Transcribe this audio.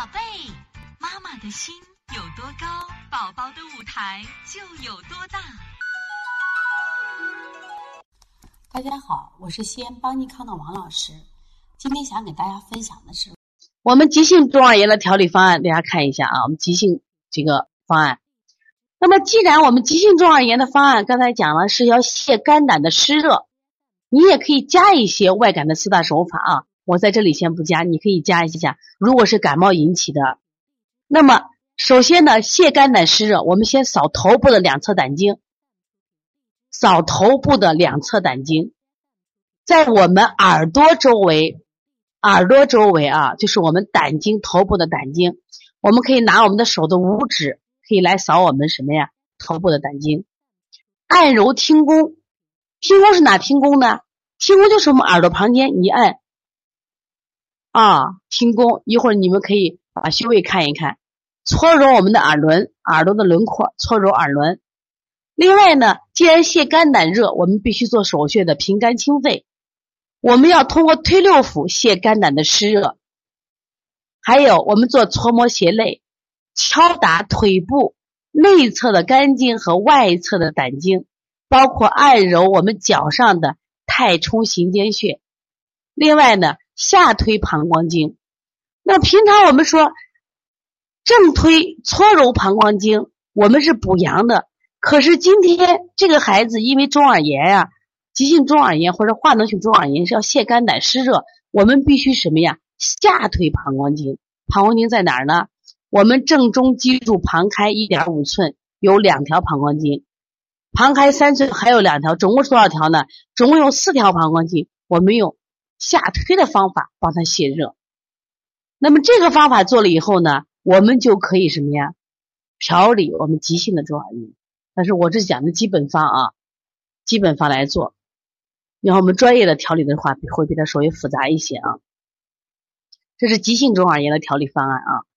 宝贝，妈妈的心有多高，宝宝的舞台就有多大。 大家好，我是西安邦尼康的王老师。今天想给大家分享的是我们急性中耳炎的调理方案，大家看一下啊，我们急性这个方案。那么既然我们急性中耳炎的方案刚才讲了是要泻肝胆的湿热，你也可以加一些外感的四大手法啊，我在这里先不加，你可以加一下。如果是感冒引起的，那么首先呢，泻肝胆湿热，我们先扫头部的两侧胆经，扫头部的两侧胆经，在我们耳朵周围啊，就是我们胆经头部的胆经，我们可以拿我们的手的五指，可以来扫我们什么呀？头部的胆经，按揉听宫。听宫是哪听宫呢？听宫就是我们耳朵旁边一按啊，听宫。一会儿你们可以把穴位看一看，搓揉我们的耳轮，耳朵的轮廓，搓揉耳轮。另外呢，既然泻肝胆热，我们必须做手穴的平肝清肺。我们要通过推六腑泻肝胆的湿热，还有我们做搓摩胁肋，敲打腿部内侧的肝经和外侧的胆经，包括按揉我们脚上的太冲行间穴。另外呢，下推膀胱经。那平常我们说正推搓揉膀胱经，我们是补阳的。可是今天这个孩子因为中耳炎啊，急性中耳炎或者化脓性中耳炎是要泻肝胆湿热，我们必须什么呀？下推膀胱经。膀胱经在哪儿呢？我们正中脊柱旁开 1.5 寸有2条膀胱经，旁开3寸还有2条，总共是多少条呢？总共有4条膀胱经，我们用下推的方法帮它泄热。那么这个方法做了以后呢，我们就可以什么呀？调理我们急性的中耳炎。但是我这讲的基本方啊，基本方来做。然后我们专业的调理的话会比它稍微复杂一些啊。这是急性中耳炎的调理方案啊。